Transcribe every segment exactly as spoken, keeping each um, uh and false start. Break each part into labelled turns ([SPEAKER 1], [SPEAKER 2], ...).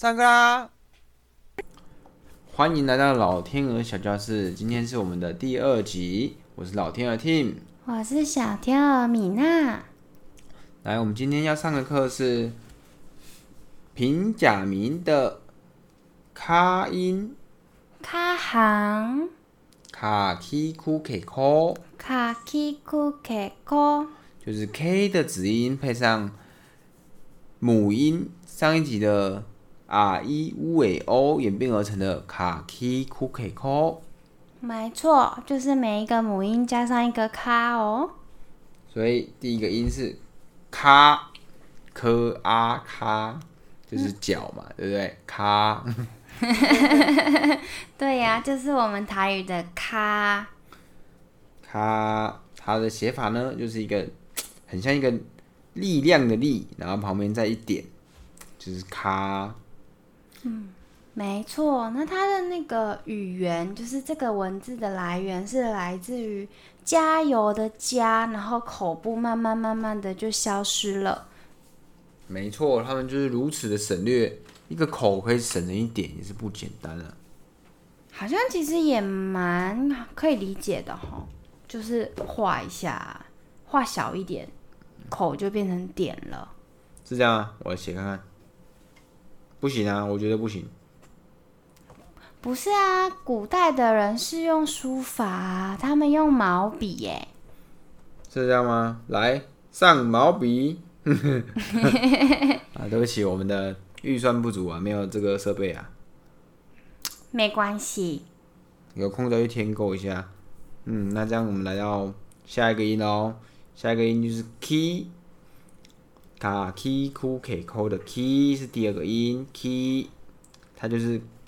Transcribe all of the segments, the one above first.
[SPEAKER 1] 上课啦！欢迎来到老天鹅小教室，今天是我们的第二集，我是老天鹅 Tim，
[SPEAKER 2] 我是小天鹅米娜。
[SPEAKER 1] 来，我们今天要上的课是平假名的卡音，
[SPEAKER 2] 卡行，
[SPEAKER 1] 卡 k 库 k 科，
[SPEAKER 2] 卡 k 库 k 科，
[SPEAKER 1] 就是 K 的子音配上母音，上一集的 R 一 乌尾 O 演变而成的卡 k 库 k 科。
[SPEAKER 2] 没错，就是每一个母音加上一个卡哦。
[SPEAKER 1] 所以第一个音是卡，科阿卡，就是脚嘛，嗯、对不对？卡。
[SPEAKER 2] 对呀、啊，就是我们台语的卡。
[SPEAKER 1] 卡，它的写法呢，就是一个很像一个力量的力，然后旁边再一点，就是卡。
[SPEAKER 2] 嗯，没错。那它的那个语言，就是这个文字的来源是来自于加油的加，然后口部慢慢慢慢的就消失了。
[SPEAKER 1] 没错，他们就是如此的省略，一个口可以省成一点，也是不简单啊。
[SPEAKER 2] 好像其实也蛮可以理解的齁，就是画一下，画小一点，口就变成点了。
[SPEAKER 1] 是这样啊？我来写看看。不行啊，我觉得不行。
[SPEAKER 2] 不是啊，古代的人是用书法啊，他们用毛笔耶。
[SPEAKER 1] 是这样吗？来，上毛笔。啊，对不起，我们的预算不足啊，没有这个设备啊。
[SPEAKER 2] 没关系，
[SPEAKER 1] 有空再去添购一下。嗯，那这样我们来到下一个音喽。下一个音就是 key， 卡 key 库 k 扣的 key 是第二个音 key， 它就是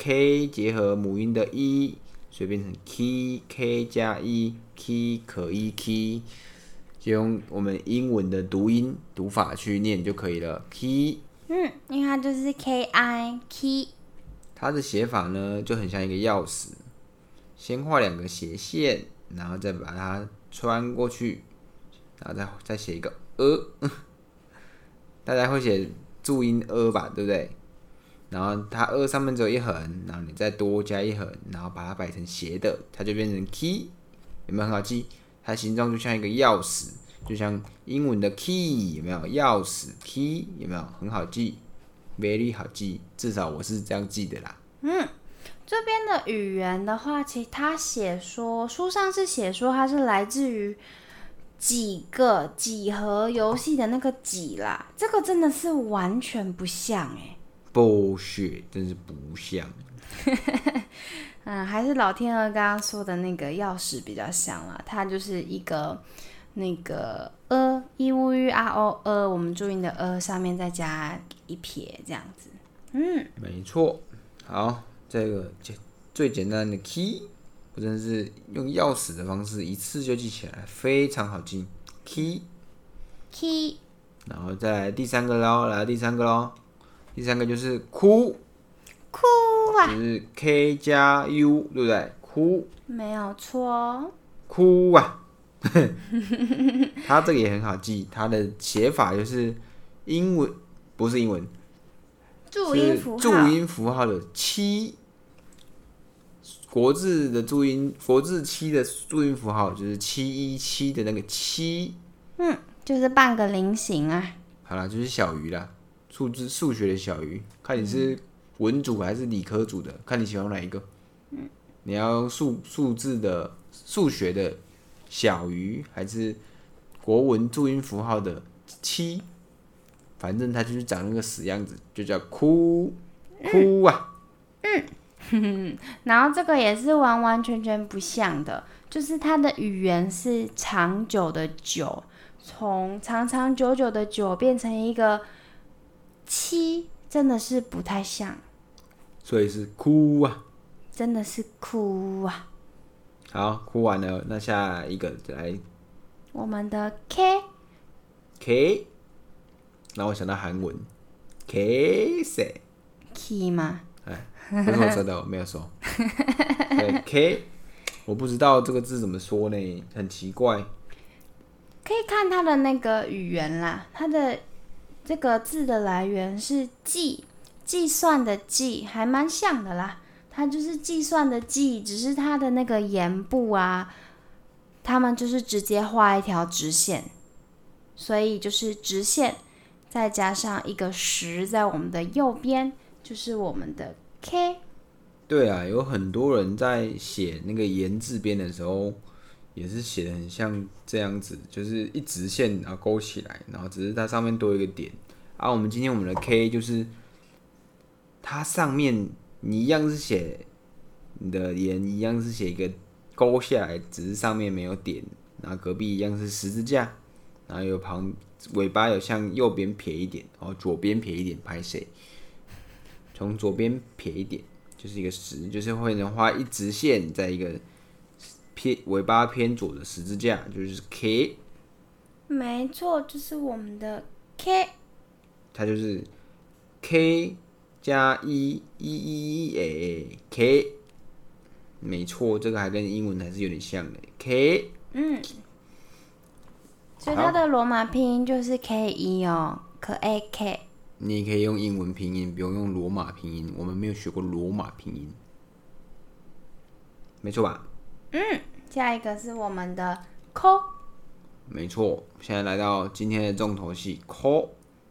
[SPEAKER 1] k 结合母音的 e， 所以变成 key k 加 e key 可 e key， 就用我们英文的读音读法去念就可以了 key。
[SPEAKER 2] 嗯，因为它就是 K I key。
[SPEAKER 1] 它的写法呢，就很像一个钥匙，先画两个斜线，然后再把它穿过去，然后再再写一个呃，大家会写注音呃吧，对不对？然后它呃上面只有一横，然后你再多加一横，然后把它摆成斜的，它就变成 key， 有没有很好记？它形状就像一个钥匙，就像英文的 key， 有没有？钥匙 key 有没有？很好记。very 好记，至少我是这样记的啦。
[SPEAKER 2] 嗯，这边的语言的话，其实他写说，书上是写说它是来自于几个几何游戏的那个几啦，这个真的是完全不像哎、
[SPEAKER 1] 欸。bullshit， 真是不像。
[SPEAKER 2] 嗯，还是老天鹅刚刚说的那个钥匙比较像啦，它就是一个那个呃一乌 u r o 呃，我们注音的呃上面再加一撇这样子。嗯，
[SPEAKER 1] 没错。好，这个最简单的 key， 我真的是用钥匙的方式一次就记起来，非常好记。key
[SPEAKER 2] key，
[SPEAKER 1] 然后再来第三个咯，来第三个咯，第三个就是哭，
[SPEAKER 2] 哭啊，
[SPEAKER 1] 就是 k 加 u， 对不对？哭，
[SPEAKER 2] 没有错，
[SPEAKER 1] 哭啊。它这个也很好记，它的写法就是英文，不是英文，
[SPEAKER 2] 注音符号，
[SPEAKER 1] 注音符号的七，国字的注音，国字七的注音符号就是七一七的那个七。
[SPEAKER 2] 嗯，就是半个菱形啊。
[SPEAKER 1] 好啦，就是小鱼啦，数字数学的小鱼，看你是文组还是理科组的，看你喜欢哪一个。嗯，你要用数数字的数学的小鱼，还是国文注音符号的七？反正它就是长那个死样子，就叫哭哭啊。
[SPEAKER 2] 嗯，嗯然后这个也是完完全全不像的，就是它的语言是长久的久，从长长久久的久变成一个七，真的是不太像。
[SPEAKER 1] 所以是哭啊，
[SPEAKER 2] 真的是哭啊。
[SPEAKER 1] 好，哭完了，那下一个来
[SPEAKER 2] 我们的 K
[SPEAKER 1] K， 让我想到韩文 K 谁
[SPEAKER 2] K 吗？
[SPEAKER 1] 哎，不是我说的，我没有说。对 K， 我不知道这个字怎么说呢，很奇怪。
[SPEAKER 2] 可以看它的那个语言啦，它的这个字的来源是记， 计算的计，还蛮像的啦。它就是计算的计，只是它的那个言部啊，他们就是直接画一条直线，所以就是直线，再加上一个十在我们的右边，就是我们的 K。
[SPEAKER 1] 对啊，有很多人在写那个言字边的时候，也是写的很像这样子，就是一直线然后勾起来，然后只是它上面多一个点。啊，我们今天我们的 K 就是它上面你一样是写你的言，一样是写一个勾下来，只是上面没有点，然后隔壁一样是十字架，然后有旁尾巴有向右边撇一点，然后左边撇一点，拍谁？从左边撇一点。就是一个十，就是会能画一直线，在一个偏尾巴偏左的十字架，就是 K。
[SPEAKER 2] 没错，就是我们的 K。
[SPEAKER 1] 它就是 K 加一一一一 A K。没错，这个还跟英文还是有点像的 K。
[SPEAKER 2] 嗯，所以它的罗马拼音就是 K 一哦，可 A K。
[SPEAKER 1] 你也可以用英文拼音，不用用罗马拼音。我们没有学过罗马拼音，没错吧？
[SPEAKER 2] 嗯，下一个是我们的 K。
[SPEAKER 1] 没错，现在来到今天的重头戏 K。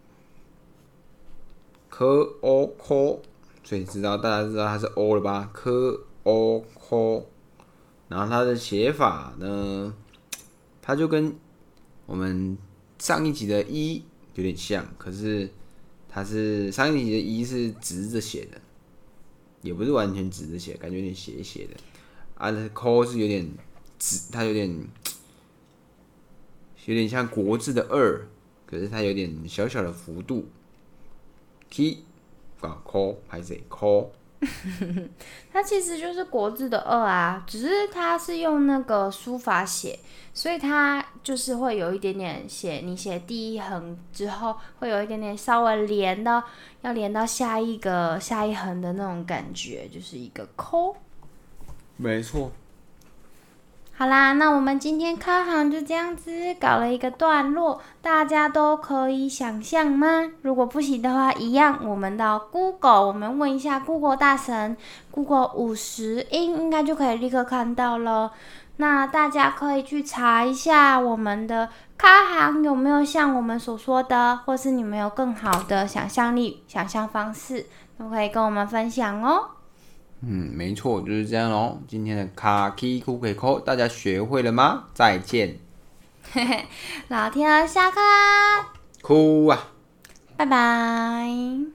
[SPEAKER 1] 科 O K， 所以知道大家知道它是 O 了吧？科 O K， 然后它的写法呢，它就跟我们上一集的一有点像，可是。它是上一集的一是直着写的，也不是完全直着写，感觉有点斜斜的。啊，它 K 是有点直，它有点有点像国字的二，可是它有点小小的幅度。K 啊 K 拍谁 K？
[SPEAKER 2] 它其实就是国字的二啊，只是它是用那个书法写，所以它就是会有一点点写，你写第一横之后会有一点点稍微连到，要连到下一个下一横的那种感觉，就是一个扣。
[SPEAKER 1] 没错。
[SPEAKER 2] 好啦，那我们今天开行就这样子搞了一个段落，大家都可以想象吗？如果不行的话，一样，我们到 Google， 我们问一下 Google 大神 ，Google 五十音应该就可以立刻看到了。那大家可以去查一下我们的开行有没有像我们所说的，或是你们有更好的想象力、想象方式，都可以跟我们分享哦。
[SPEAKER 1] 嗯，没错，就是这样咯。今天的卡 K 库 K 扣，大家学会了吗？再见。
[SPEAKER 2] 嘿嘿，老天儿下课啦！
[SPEAKER 1] 哭啊！
[SPEAKER 2] 拜拜。